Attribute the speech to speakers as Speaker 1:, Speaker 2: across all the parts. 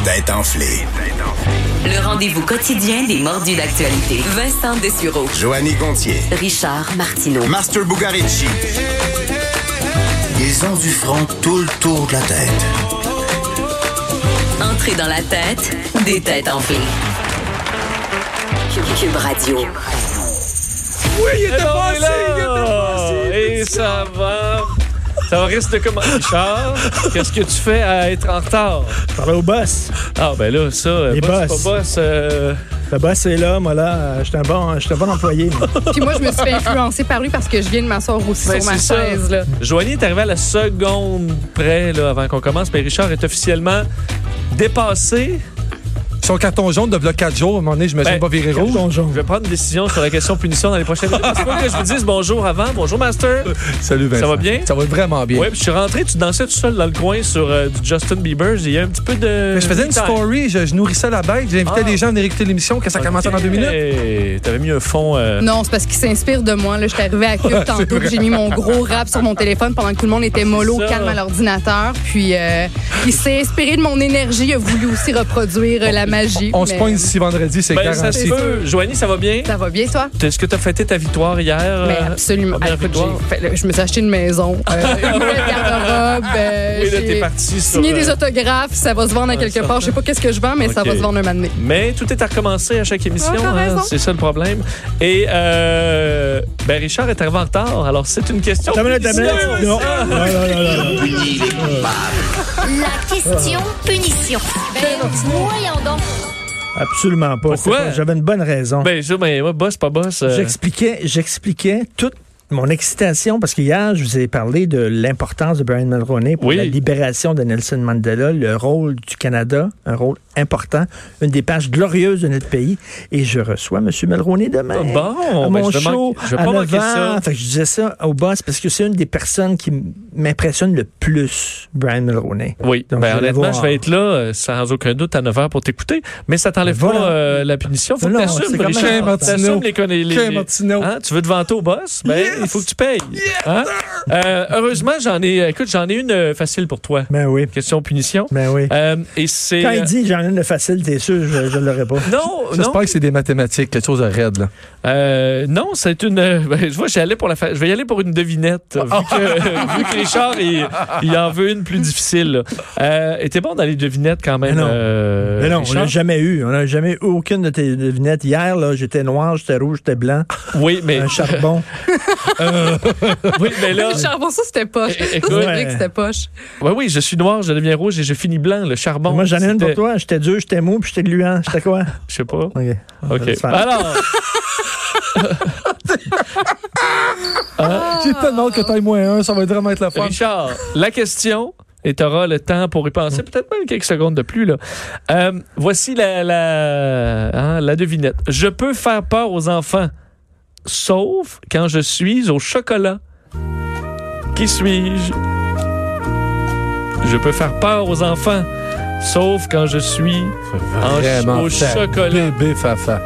Speaker 1: Tête enflée.
Speaker 2: Le rendez-vous quotidien des mordus d'actualité. Vincent Dessureau.
Speaker 1: Joanny Gontier.
Speaker 2: Richard Martineau.
Speaker 1: Master Bugarici. Ils ont du front tout le tour de la tête.
Speaker 2: Entrée dans la tête des têtes enflées. Cube Radio.
Speaker 3: Oui, il était passé.
Speaker 4: Et ça risque de commencer. Richard, qu'est-ce que tu fais à être en retard?
Speaker 3: Je parlais au boss.
Speaker 4: Ah, ben là, ça,
Speaker 3: Les
Speaker 4: boss,
Speaker 3: boss.
Speaker 4: pas boss.
Speaker 3: Le boss est là, moi là, j'étais un bon employé.
Speaker 5: Puis moi, je me suis fait influencer par lui parce que je viens de m'asseoir aussi
Speaker 4: Ben,
Speaker 5: sur ma
Speaker 4: c'est ça.
Speaker 5: chaise. Là.
Speaker 4: Joanie est arrivée à la seconde près, là, avant qu'on commence. Mais Richard est officiellement dépassé.
Speaker 6: Son carton jaune de 4 jours, à un moment donné, je me suis pas viré rouge.
Speaker 3: Carton jaune.
Speaker 4: Je vais prendre une décision sur la question punition dans les prochaines minutes. C'est pas que je vous dise bonjour avant. Bonjour, Master.
Speaker 6: Salut Vincent.
Speaker 4: Ça va bien?
Speaker 6: Ça va vraiment bien.
Speaker 4: Oui, puis je suis rentré, tu dansais tout seul dans le coin sur du Justin Bieber. Il y a un petit peu de...
Speaker 6: Mais je faisais une story, je nourrissais la bête, j'invitais les gens à venir écouter l'émission, que ça commençait dans 2 minutes.
Speaker 4: Hey, t'avais mis un fond...
Speaker 5: Non, c'est parce qu'il s'inspire de moi. Là, je suis arrivée à Cube tantôt, puis j'ai mis mon gros rap sur mon téléphone pendant que tout le monde était mollo,
Speaker 4: C'est ça.
Speaker 5: calme à l'ordinateur. Puis il s'est inspiré de mon énergie. Il a voulu aussi reproduire la magie.
Speaker 6: On se pointe ici vendredi, c'est
Speaker 4: Ben, ça
Speaker 6: garanti.
Speaker 4: se peut. Joanie, ça va bien?
Speaker 5: Ça va bien, toi?
Speaker 4: Est-ce que tu as fêté ta victoire hier?
Speaker 5: Mais absolument.
Speaker 4: Première
Speaker 5: Écoute,
Speaker 4: victoire?
Speaker 5: je me suis acheté une maison, une nouvelle garde-robe.
Speaker 4: Oui, là, t'es
Speaker 5: j'ai
Speaker 4: parti sur...
Speaker 5: signé des autographes. Ça va se vendre à quelque part. Je sais pas qu'est-ce que je vends, mais ça
Speaker 4: Ok.
Speaker 5: va se vendre un moment donné.
Speaker 4: Mais tout est à recommencer à chaque émission.
Speaker 5: Ouais, t'as raison.
Speaker 4: C'est ça le problème. Et ben Richard est arrivé en retard. Alors, c'est une question...
Speaker 3: Non.
Speaker 4: punition.
Speaker 7: La question punition. Ben, voyons donc.
Speaker 3: Absolument pas.
Speaker 4: Pourquoi?
Speaker 3: J'avais une bonne raison.
Speaker 4: Ben, ça, ben, ouais, boss, pas boss.
Speaker 3: J'expliquais toute mon excitation, parce qu'hier, je vous ai parlé de l'importance de Brian Mulroney pour
Speaker 4: Oui.
Speaker 3: la libération de Nelson Mandela, le rôle du Canada, un rôle important, une des pages glorieuses de notre pays. Et je reçois M. Mulroney demain.
Speaker 4: Bon,
Speaker 3: à
Speaker 4: ben,
Speaker 3: mon
Speaker 4: je
Speaker 3: show,
Speaker 4: vais
Speaker 3: à
Speaker 4: pas
Speaker 3: 9
Speaker 4: manquer ça.
Speaker 3: ans. Fait que je disais ça au boss, parce que c'est une des personnes qui m'impressionne le plus, Brian Mulroney.
Speaker 4: Oui,
Speaker 3: Donc,
Speaker 4: ben,
Speaker 3: je vais
Speaker 4: honnêtement,
Speaker 3: voir.
Speaker 4: je vais être là sans aucun doute à 9h pour t'écouter, mais ça t'enlève
Speaker 3: Voilà.
Speaker 4: pas la punition. Faut que
Speaker 3: Non,
Speaker 4: t'assumes,
Speaker 3: c'est quand même
Speaker 4: Richard.
Speaker 3: important.
Speaker 4: T'assumes les
Speaker 6: Martineau.
Speaker 4: Hein? Tu veux te vanter au boss? Ben, il faut que tu payes. Hein? Heureusement, j'en ai une facile pour toi.
Speaker 3: Ben oui.
Speaker 4: Question punition.
Speaker 3: Ben oui.
Speaker 4: Et c'est...
Speaker 3: Quand il dit j'en ai une de facile, t'es sûr, je ne l'aurais pas.
Speaker 4: Non,
Speaker 6: J'espère que c'est des mathématiques, quelque chose de raide, là.
Speaker 4: non, c'est une... ben, je vois, je vais y aller pour une devinette, vu que Richard, il en veut une plus difficile. Était bon dans les devinettes quand même.
Speaker 3: Mais non. Mais non, on
Speaker 4: Richard?
Speaker 3: n'a jamais eu. On n'a jamais eu aucune de tes devinettes. Hier, là, j'étais noir, j'étais rouge, j'étais blanc.
Speaker 4: Oui, mais...
Speaker 3: Un charbon.
Speaker 4: Oui, mais là...
Speaker 5: Le charbon, ça, c'était poche. Ça,
Speaker 4: écoute,
Speaker 5: c'est vrai que c'était poche.
Speaker 4: Oui, je suis noir, je deviens rouge et je finis blanc. Le charbon.
Speaker 3: Moi, j'en ai une pour
Speaker 4: c'était-
Speaker 3: toi. J'étais dur, j'étais mou, puis j'étais gluant. J'étais quoi?
Speaker 4: Je sais pas.
Speaker 3: OK.
Speaker 4: OK.
Speaker 3: Laisse faire.
Speaker 4: Alors,
Speaker 6: J'ai tellement hâte que t'ailles moins un, ça va vraiment être la fin.
Speaker 4: Richard, la question, et tu auras le temps pour y penser, peut-être même quelques secondes de plus. Là. Voici la devinette. Je peux faire peur aux enfants, sauf quand je suis au chocolat. Qui suis-je? Je peux faire peur aux enfants, sauf quand je suis
Speaker 6: Vraiment
Speaker 4: au
Speaker 6: fait.
Speaker 4: chocolat.
Speaker 6: Bébé fafa.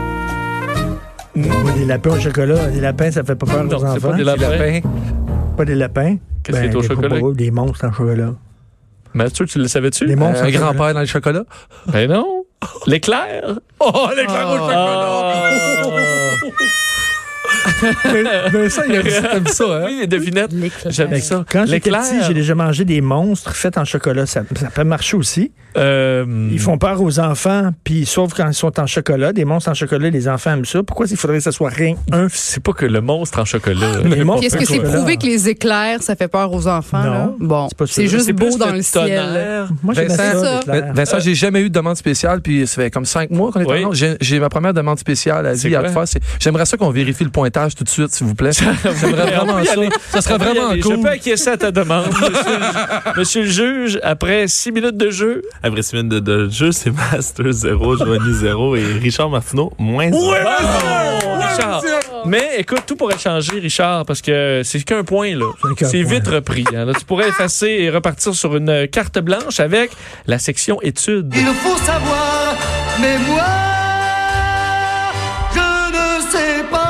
Speaker 3: Moi, des lapins au chocolat. Des lapins, ça fait pas peur
Speaker 4: Non,
Speaker 3: aux
Speaker 4: c'est
Speaker 3: enfants.
Speaker 4: pas des lapins.
Speaker 3: Pas des lapins.
Speaker 4: Qu'est-ce qui est au
Speaker 3: des
Speaker 4: chocolat?
Speaker 3: crocodiles, des monstres en chocolat.
Speaker 4: Mathieu, tu le savais-tu?
Speaker 3: Des monstres
Speaker 6: Un
Speaker 3: en chocolat.
Speaker 6: grand-père dans le chocolat.
Speaker 4: Ben non. L'éclair.
Speaker 6: Oh, l'éclair au Mais ça, t'aimes ça, hein?
Speaker 4: Oui, les devinettes. J'aime ça.
Speaker 3: Quand j'étais
Speaker 4: L'éclair.
Speaker 3: petit, j'ai déjà mangé des monstres faits en chocolat. Ça peut marcher aussi. Ils font peur aux enfants, puis sauf quand ils sont en chocolat. Des monstres en chocolat, les enfants aiment ça. Pourquoi il faudrait que ça soit rien un?
Speaker 4: C'est pas que le monstre en chocolat.
Speaker 3: Les monstres
Speaker 5: Est-ce
Speaker 3: en
Speaker 5: que c'est
Speaker 3: chocolat.
Speaker 5: prouvé que les éclairs, ça fait peur aux enfants?
Speaker 3: Non,
Speaker 5: là? Bon,
Speaker 3: c'est pas sûr.
Speaker 5: c'est juste
Speaker 4: C'est
Speaker 5: beau
Speaker 4: plus
Speaker 5: dans le ciel.
Speaker 4: tonnerre.
Speaker 3: Moi, j'aimais
Speaker 6: Vincent,
Speaker 3: ça.
Speaker 5: ça.
Speaker 3: l'éclair.
Speaker 6: Vincent, j'ai jamais eu de demande spéciale, puis ça fait comme 5 mois qu'on est
Speaker 4: Oui.
Speaker 6: ensemble. J'ai ma première demande spéciale à
Speaker 4: C'est
Speaker 6: vie à
Speaker 4: quoi?
Speaker 6: te faire. J'aimerais ça qu'on vérifie le pointage tout de suite, s'il vous plaît. J'aimerais vraiment
Speaker 4: On peut y
Speaker 6: ça.
Speaker 4: aller.
Speaker 6: Ça serait
Speaker 4: On peut y
Speaker 6: vraiment
Speaker 4: aller.
Speaker 6: cool.
Speaker 4: Je peux acquiescer à ta demande, monsieur le juge. Après 6 minutes de jeu,
Speaker 8: Après 6 minutes de jeu, c'est Master 0, Joanie 0 et Richard Martineau moins 0.
Speaker 4: Richard. Mais écoute, tout pourrait changer, Richard, parce que c'est qu'un point, là.
Speaker 3: qu'un
Speaker 4: C'est
Speaker 3: point.
Speaker 4: vite repris. Hein. Là, tu pourrais effacer et repartir sur une carte blanche avec la section études.
Speaker 9: Il faut savoir, mais moi, je ne sais pas.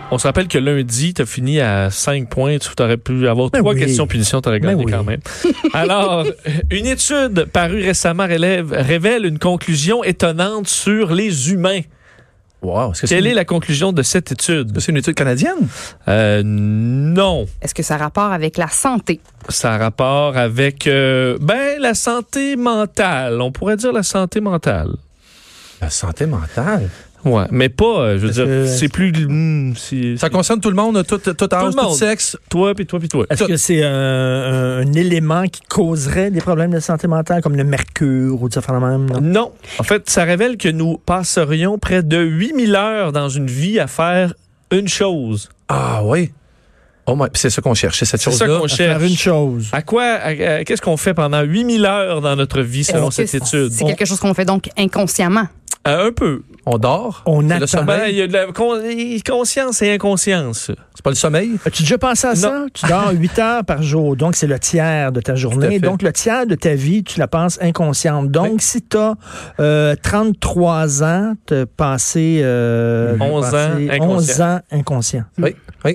Speaker 4: On se rappelle que lundi, tu as fini à 5 points. Tu aurais pu avoir 3 questions punition, tu aurais gagné quand même. Alors, une étude parue récemment révèle une conclusion étonnante sur les humains.
Speaker 6: Wow,
Speaker 4: Quelle est la conclusion de cette étude?
Speaker 6: C'est une étude canadienne?
Speaker 4: Non.
Speaker 5: Est-ce que ça a rapport avec la santé?
Speaker 4: Ça a rapport avec la santé mentale. On pourrait dire la santé mentale.
Speaker 6: La santé mentale?
Speaker 4: Ouais, mais pas, je veux dire, c'est plus...
Speaker 6: Ça concerne tout le monde, tout âge, tout sexe?
Speaker 4: Toi, puis toi, puis toi.
Speaker 3: Est-ce que c'est un élément qui causerait des problèmes de santé mentale, comme le mercure ou tout ça, fait la même?
Speaker 4: Non. En fait, ça révèle que nous passerions près de 8000 heures dans une vie à faire une chose.
Speaker 6: Ah oui? Oh my, c'est ça qu'on cherche, c'est cette chose-là.
Speaker 4: C'est ça qu'on cherche.
Speaker 3: Faire une chose.
Speaker 4: Qu'est-ce qu'on fait pendant 8000 heures dans notre vie, selon cette étude?
Speaker 5: C'est quelque chose qu'on fait donc inconsciemment.
Speaker 4: Un peu.
Speaker 6: On dort?
Speaker 3: On
Speaker 6: c'est
Speaker 3: attend.
Speaker 6: le sommeil?
Speaker 4: Il y a de la conscience et inconscience.
Speaker 6: C'est pas le sommeil?
Speaker 3: As-tu déjà pensé à ça? Tu dors 8 heures par jour, donc c'est le tiers de ta journée. Donc le tiers de ta vie, tu la penses inconsciente. Donc si tu as 33 ans, tu as passé 11 ans inconscient.
Speaker 6: Oui.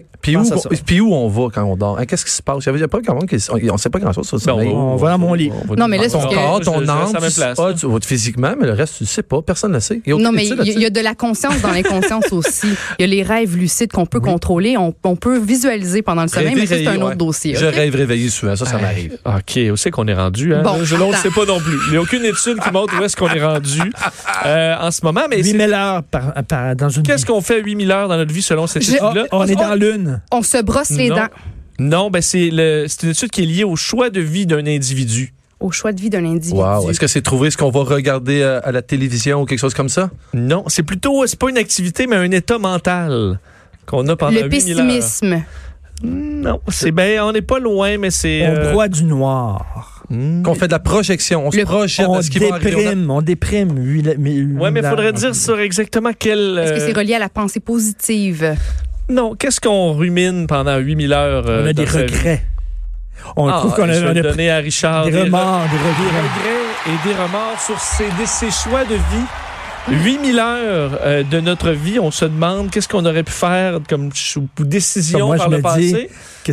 Speaker 6: Puis où on va quand on dort? Hein, qu'est-ce qui se passe? Il y a pas comment on ne sait pas grand-chose sur le sommeil.
Speaker 3: On va dans mon lit.
Speaker 5: Non, mais là,
Speaker 6: ton corps, ton âme,
Speaker 4: tu
Speaker 6: vas physiquement, mais le reste, tu ne sais pas. Personne ne le sait.
Speaker 5: Non, mais il y a de la conscience dans l'inconscience aussi. Il y a les rêves lucides qu'on peut contrôler. On peut visualiser pendant le sommeil, mais ça, c'est un autre dossier.
Speaker 6: Je rêve réveillé souvent. Ça m'arrive.
Speaker 4: OK. Où c'est qu'on est rendu? Hein?
Speaker 5: Bon,
Speaker 4: je ne sais pas non plus. Il n'y a aucune étude qui montre où est-ce qu'on est rendu en ce moment. Mais
Speaker 3: 8000 heures dans une
Speaker 4: Qu'est-ce qu'on fait 8000 heures dans notre vie selon cette étude-là?
Speaker 3: On est dans l'une.
Speaker 5: On se brosse les dents.
Speaker 4: Non, c'est une étude qui est liée au choix de vie d'un individu.
Speaker 5: Au choix de vie d'un individu.
Speaker 6: Wow. Est-ce que c'est trouver ce qu'on va regarder à la télévision ou quelque chose comme ça?
Speaker 4: Non, c'est pas une activité, mais un état mental qu'on a pendant 8000 heures.
Speaker 5: Le pessimisme.
Speaker 4: Non, on n'est pas loin, mais c'est...
Speaker 3: On broie du noir.
Speaker 6: Qu'on fait de la projection. On se projette à ce qui va arriver.
Speaker 3: On déprime.
Speaker 4: Oui, mais il faudrait dire sur exactement quel...
Speaker 5: Est-ce que c'est relié à la pensée positive?
Speaker 4: Non, qu'est-ce qu'on rumine pendant 8000 heures?
Speaker 3: On a des regrets. On trouve qu'on
Speaker 4: a donné à Richard
Speaker 3: des remords, des
Speaker 4: regrets et des remords sur ses choix de vie. 8000 heures de notre vie, on se demande qu'est-ce qu'on aurait pu faire comme décision par le passé.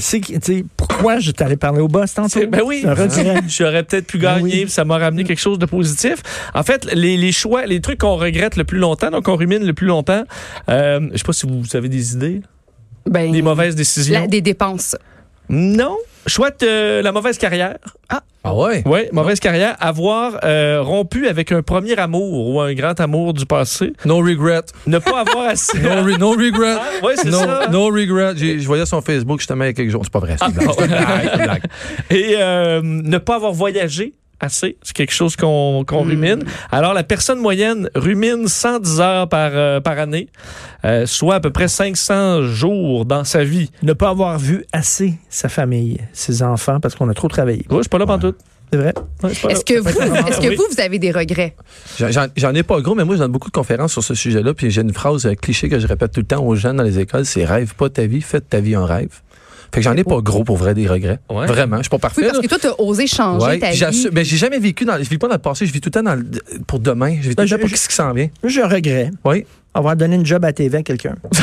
Speaker 3: Pourquoi je t'allais parler au boss tantôt?
Speaker 4: Ben oui, j'aurais peut-être pu gagner, ça m'a ramené quelque chose de positif. En fait, les choix, les trucs qu'on regrette le plus longtemps, donc on rumine le plus longtemps, je sais pas si vous avez des idées. Des mauvaises décisions.
Speaker 5: Des dépenses.
Speaker 4: Non. Choix de la mauvaise carrière.
Speaker 6: Ah ouais?
Speaker 4: Oui, mauvaise carrière. Avoir rompu avec un premier amour ou un grand amour du passé.
Speaker 6: No regret.
Speaker 4: Ne pas avoir assez...
Speaker 6: no regret.
Speaker 4: Oui, c'est ça.
Speaker 6: No regret. Je voyais son Facebook, je te mets il y a quelques jours. C'est pas vrai. C'est une blague.
Speaker 4: Et ne pas avoir voyagé assez. C'est quelque chose qu'on rumine. Alors, la personne moyenne rumine 110 heures par année, soit à peu près 500 jours dans sa vie.
Speaker 3: Ne pas avoir vu assez sa famille, ses enfants, parce qu'on a trop travaillé.
Speaker 4: Oui, je suis pas là pantoute.
Speaker 3: C'est vrai.
Speaker 5: Est-ce que vous avez des regrets?
Speaker 6: J'en ai pas gros, mais moi, je donne beaucoup de conférences sur ce sujet-là, puis j'ai une phrase cliché que je répète tout le temps aux jeunes dans les écoles, c'est « Rêve pas ta vie, fais de ta vie un rêve ». Fait que j'en ai pas gros pour vrai des regrets. Ouais. Vraiment, je suis pas parfait.
Speaker 5: Oui, parce que toi, tu as osé changer ta vie.
Speaker 6: Mais j'ai jamais vécu je vis pas dans le passé, je vis tout le temps pour demain. Je vis tout le temps pour ce qui s'en vient.
Speaker 3: J'ai un regret.
Speaker 6: Oui.
Speaker 3: Avoir donné une job à TV à quelqu'un.
Speaker 6: Tu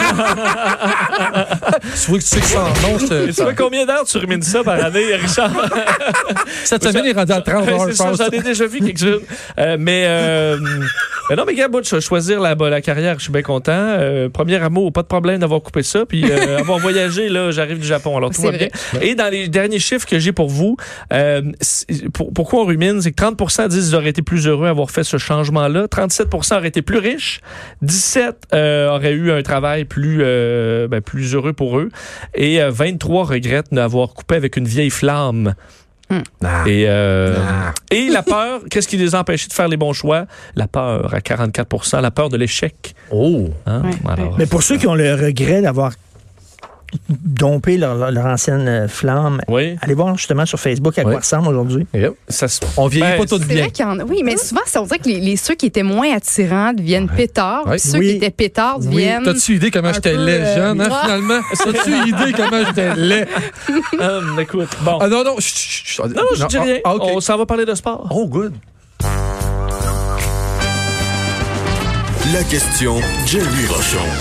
Speaker 6: vois que tu sais que ça en non,
Speaker 4: tu sais combien d'heures tu rumines ça par année, Richard?
Speaker 6: Cette semaine, il est rendu à 30 heures.
Speaker 4: C'est ça, j'en ai déjà vu quelque-chose. Mais non, mais gars, je vais choisir la carrière, je suis bien content. Premier amour, pas de problème d'avoir coupé ça. Puis avoir voyagé, là, j'arrive du Japon. Alors tout va bien. Et dans les derniers chiffres que j'ai pour vous, pourquoi on rumine, c'est que 30% disent qu'ils auraient été plus heureux d'avoir fait ce changement-là. 37% auraient été plus riches. 17 auraient eu un travail plus heureux pour eux. Et 23 regrettent d'avoir coupé avec une vieille flamme. Et la peur, qu'est-ce qui les a empêchés de faire les bons choix? La peur à 44%, la peur de l'échec.
Speaker 6: Oh!
Speaker 4: Hein?
Speaker 5: Ouais.
Speaker 4: Alors,
Speaker 3: mais pour ceux qui ont le regret d'avoir dompé leur ancienne flamme, allez voir justement sur Facebook à quoi ressemble aujourd'hui.
Speaker 6: Yep. On vieillit pas tout bien.
Speaker 5: Vrai qu'il y en a, oui, mais souvent, on dirait que ceux qui étaient moins attirants deviennent pétards, puis ceux qui étaient pétards deviennent...
Speaker 6: T'as-tu idée comment j'étais laid, jeune, finalement? T'as-tu idée comment j'étais laid?
Speaker 4: Écoute, bon.
Speaker 6: Ah non,
Speaker 4: je dis rien. Okay. On s'en va parler de sport.
Speaker 6: Oh, good.
Speaker 1: La question Jerry Rochon.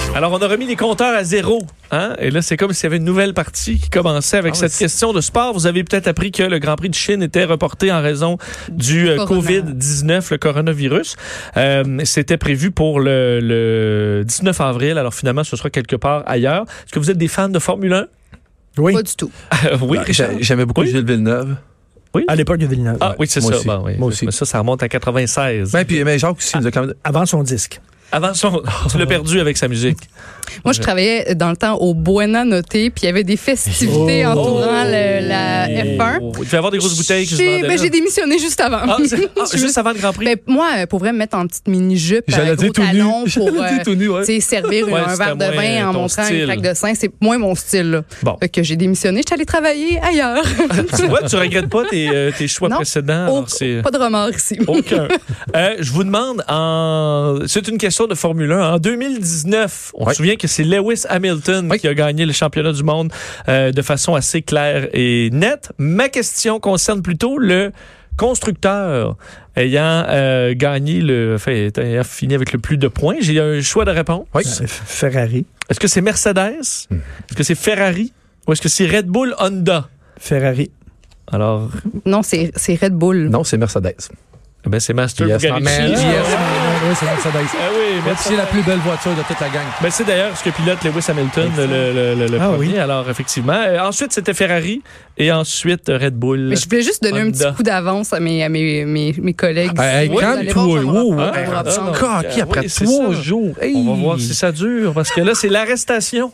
Speaker 4: Alors, on a remis les compteurs à zéro. Hein? Et là, c'est comme s'il y avait une nouvelle partie qui commençait avec cette question de sport. Vous avez peut-être appris que le Grand Prix de Chine était reporté en raison du COVID-19, le coronavirus. C'était prévu pour le 19 avril. Alors, finalement, ce sera quelque part ailleurs. Est-ce que vous êtes des fans de Formule 1?
Speaker 3: Oui.
Speaker 5: Pas du tout.
Speaker 4: Oui, Richard?
Speaker 6: J'aimais beaucoup Gilles Villeneuve.
Speaker 3: Oui. À l'époque de Villeneuve.
Speaker 4: Ah oui, c'est
Speaker 6: moi
Speaker 4: ça.
Speaker 6: Aussi.
Speaker 4: Bon, oui.
Speaker 6: Moi aussi.
Speaker 4: Ça remonte à 96.
Speaker 6: Mais Jacques aussi nous a quand même...
Speaker 3: Avant son disque.
Speaker 4: Avant son... Tu l'as perdu avec sa musique.
Speaker 5: Moi, je travaillais dans le temps au Buena Noté, puis il y avait des festivités entourant la F1.
Speaker 4: Tu vas avoir des grosses bouteilles qui se vendaient là.
Speaker 5: J'ai démissionné juste avant.
Speaker 4: Juste avant le Grand Prix?
Speaker 5: Moi, pour vrai, me mettre en petite mini-jupe avec gros talons pour servir un verre de vin en montrant une claque de sein, c'est moins mon style. Là.
Speaker 4: Bon.
Speaker 5: Fait que j'ai démissionné, je suis allée travailler ailleurs.
Speaker 4: Tu vois, tu regrettes pas tes choix précédents?
Speaker 5: Pas de remords ici.
Speaker 4: Aucun. Je vous demande, c'est une question de Formule 1. En 2019, on se souvient que c'est Lewis Hamilton qui a gagné le championnat du monde de façon assez claire et nette. Ma question concerne plutôt le constructeur ayant gagné ayant fini avec le plus de points. J'ai un choix de réponse.
Speaker 3: Oui. Ferrari.
Speaker 4: Est-ce que c'est Mercedes? Est-ce que c'est Ferrari? Ou est-ce que c'est Red Bull Honda?
Speaker 3: Ferrari.
Speaker 4: Alors...
Speaker 5: Non, c'est Red Bull.
Speaker 6: Non, c'est Mercedes.
Speaker 4: Ben, c'est Master Bugarici.
Speaker 3: Oui, c'est Mercedes.
Speaker 6: C'est la plus belle voiture de toute la gang.
Speaker 4: Ben, c'est d'ailleurs ce que pilote Lewis Hamilton, le premier. Oui. Alors, effectivement. Ensuite, c'était Ferrari et ensuite Red Bull.
Speaker 5: Mais je voulais juste donner un petit coup d'avance à mes collègues.
Speaker 6: Calme-toi. Coquille après 3 jours.
Speaker 4: On va voir si ça dure, parce que là, c'est l'arrestation.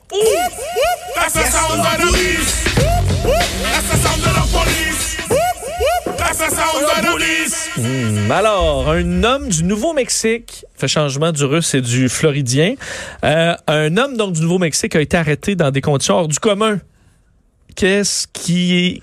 Speaker 4: Alors, un homme du Nouveau-Mexique, fait changement du russe et du floridien, un homme donc du Nouveau-Mexique a été arrêté dans des conditions hors du commun. Qu'est-il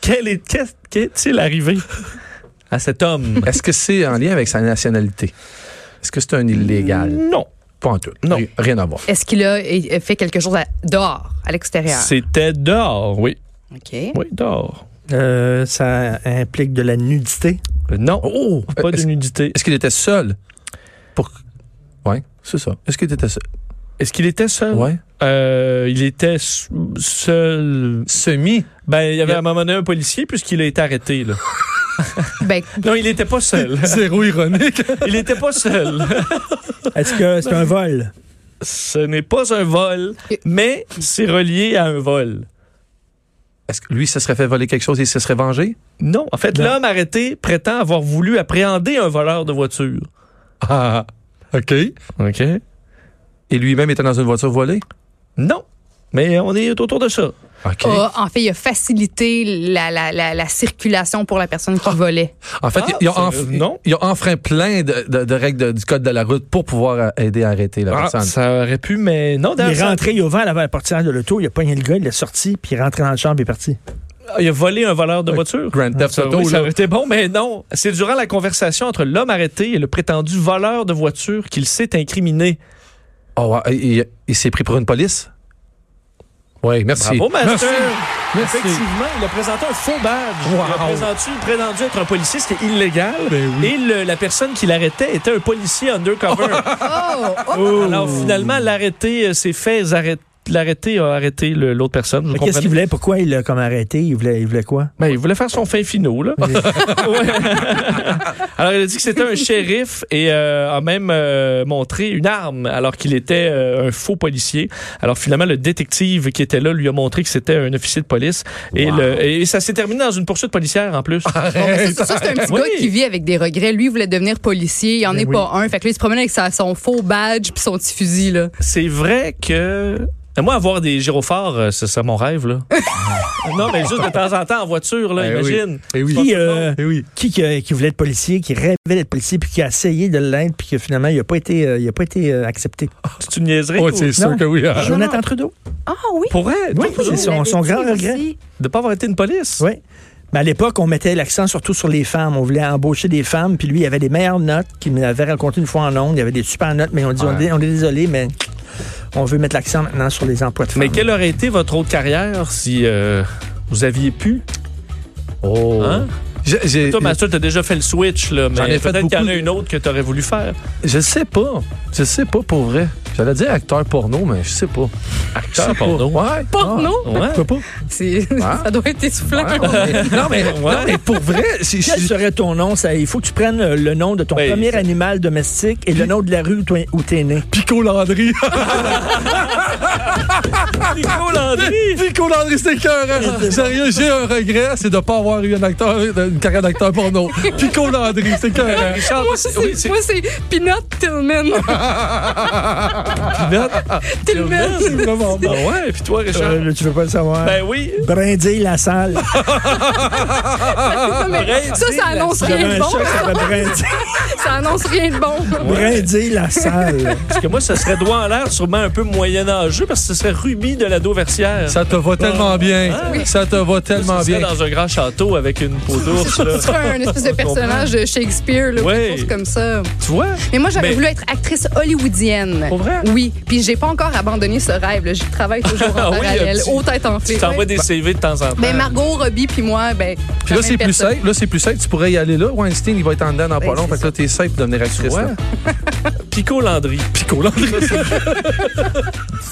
Speaker 4: arrivé à cet homme?
Speaker 6: Est-ce que c'est en lien avec sa nationalité? Est-ce que c'est un illégal?
Speaker 4: Non.
Speaker 6: Pas en tout.
Speaker 4: Non.
Speaker 6: Rien à voir.
Speaker 5: Est-ce qu'il a fait quelque chose dehors, à l'extérieur?
Speaker 4: C'était dehors, oui.
Speaker 5: OK.
Speaker 4: Oui, dehors.
Speaker 3: Ça implique de la nudité?
Speaker 4: Non, pas de nudité.
Speaker 6: Est-ce qu'il était seul? Oui, c'est ça. Est-ce qu'il était seul?
Speaker 4: Est-ce qu'il était seul?
Speaker 6: Oui.
Speaker 4: Il était seul.
Speaker 6: Semi?
Speaker 4: Ben, il y avait à un moment donné un policier puisqu'il a été arrêté, là. Non, il n'était pas seul.
Speaker 6: Zéro ironique.
Speaker 4: Il n'était pas seul.
Speaker 3: Est-ce que c'est un vol?
Speaker 4: Ce n'est pas un vol, mais c'est relié à un vol.
Speaker 6: Est-ce que lui se serait fait voler quelque chose et il se serait vengé?
Speaker 4: Non. En fait, l'homme arrêté prétend avoir voulu appréhender un voleur de voiture.
Speaker 6: Ah, OK.
Speaker 4: OK.
Speaker 6: Et lui-même était dans une voiture volée?
Speaker 4: Non. Mais on est autour de ça.
Speaker 6: OK.
Speaker 5: En fait, il a facilité la circulation pour la personne qui volait.
Speaker 6: En fait, il a enfreint plein de règles du code de la route pour pouvoir aider à arrêter la personne.
Speaker 4: Ça aurait pu, mais non.
Speaker 3: Il est rentré, il a ouvert la portière de l'auto, il a pogné le gars, il est sorti, puis il est rentré dans la chambre et est parti.
Speaker 4: Il a volé un voleur de voiture?
Speaker 6: Grand Theft Auto.
Speaker 4: Ça aurait été bon, mais non. C'est durant la conversation entre l'homme arrêté et le prétendu voleur de voiture qu'il s'est incriminé.
Speaker 6: Oh, il s'est pris pour une police? Oui, merci.
Speaker 4: Bravo, Master.
Speaker 6: Merci.
Speaker 4: Effectivement, il a présenté un faux badge.
Speaker 6: Wow.
Speaker 4: Il a prétendu être un policier, ce qui est illégal. Et la personne qui l'arrêtait était un policier undercover. Alors, finalement, l'arrêté s'est fait l'arrêté a arrêté l'autre personne.
Speaker 3: Mais qu'est-ce qu'il voulait? Pourquoi il l'a comme arrêté? Il voulait quoi?
Speaker 4: Ben, il voulait faire son fin finaux, là. Ouais. Alors, il a dit que c'était un shérif et a même montré une arme alors qu'il était un faux policier. Alors, finalement, le détective qui était là lui a montré que c'était un officier de police. Et ça s'est terminé dans une poursuite policière, en plus.
Speaker 5: Ça, c'est un petit gars qui vit avec des regrets. Lui, il voulait devenir policier. Il en est pas un. Fait que là, il se promène avec son faux badge puis son petit fusil, là.
Speaker 4: C'est vrai que... Moi, avoir des gyrophares, c'est mon rêve, là. Non, mais juste de temps en temps en voiture, là, imagine.
Speaker 3: Qui voulait être policier, qui rêvait d'être policier, puis qui a essayé de l'être, puis que finalement, il n'a pas été accepté.
Speaker 4: C'est une niaiserie?
Speaker 6: Oui, c'est sûr que oui.
Speaker 3: Jonathan Trudeau.
Speaker 5: Ah oui?
Speaker 4: Pour vrai?
Speaker 3: Oui, c'est son grand regret.
Speaker 4: De ne pas avoir été une police?
Speaker 3: Oui. Mais à l'époque, on mettait l'accent surtout sur les femmes. On voulait embaucher des femmes, puis lui, il avait des meilleures notes qu'il m'avait raconté une fois en ondes. Il avait des super notes, mais on dit, on est désolé, mais... On veut mettre l'accent maintenant sur les emplois de femmes.
Speaker 4: Mais quelle aurait été votre autre carrière si vous aviez pu? Hein? Toi, Master, tu as déjà fait le switch, là, mais peut-être qu'il y en a une autre que tu aurais voulu faire.
Speaker 6: Je sais pas pour vrai. J'allais dire acteur porno, mais je sais pas.
Speaker 4: Acteur porno?
Speaker 6: Ouais.
Speaker 5: Porno?
Speaker 6: Ouais. Je sais pas.
Speaker 5: Ça doit être essoufflant.
Speaker 6: Non, mais pour vrai...
Speaker 3: Quel serait ton nom? Il faut que tu prennes le nom de ton premier animal domestique et le nom de la rue où t'es né.
Speaker 6: Pico Landry.
Speaker 4: Pico Landry!
Speaker 6: Pico Landry, c'est écœurant. Sérieux, j'ai un regret, c'est de ne pas avoir eu une carrière d'acteur porno. Pico Landry, c'est écœurant.
Speaker 5: Moi, c'est Peanut Tillman.
Speaker 6: Tillman, c'est vraiment bon.
Speaker 4: Ah ouais, puis toi, Richard?
Speaker 3: Tu veux pas le savoir?
Speaker 4: Ben oui.
Speaker 3: Brindille la salle.
Speaker 5: Ça annonce rien de bon. Ça annonce rien de bon.
Speaker 3: Brindille la salle.
Speaker 4: Parce que moi, ça serait droit en l'air, sûrement un peu moyenâgeux, parce que ce serait Ruby de l'Ado-Versière.
Speaker 6: Ça te va tellement bien.
Speaker 5: Oui.
Speaker 6: Ça te va tellement bien.
Speaker 4: Dans un grand château avec une peau d'ours.
Speaker 5: Tu serais un espèce de personnage de Shakespeare, là, quelque chose comme ça.
Speaker 4: Tu vois?
Speaker 5: Mais moi, j'aurais voulu être actrice hollywoodienne.
Speaker 4: Pour vrai?
Speaker 5: Oui. Puis j'ai pas encore abandonné ce rêve. J'y travaille toujours en parallèle. Haute tête enflée.
Speaker 4: Tu t'envoies des CV de temps en temps.
Speaker 5: Ben, Margot Robbie puis moi, ben.
Speaker 6: Puis là, c'est plus safe. Là, c'est plus safe. Tu pourrais y aller là. Weinstein, il va être en dedans dans pas long. Fait que là, t'es safe de devenir actrice.
Speaker 4: Pico Landry.
Speaker 6: Pico Landry.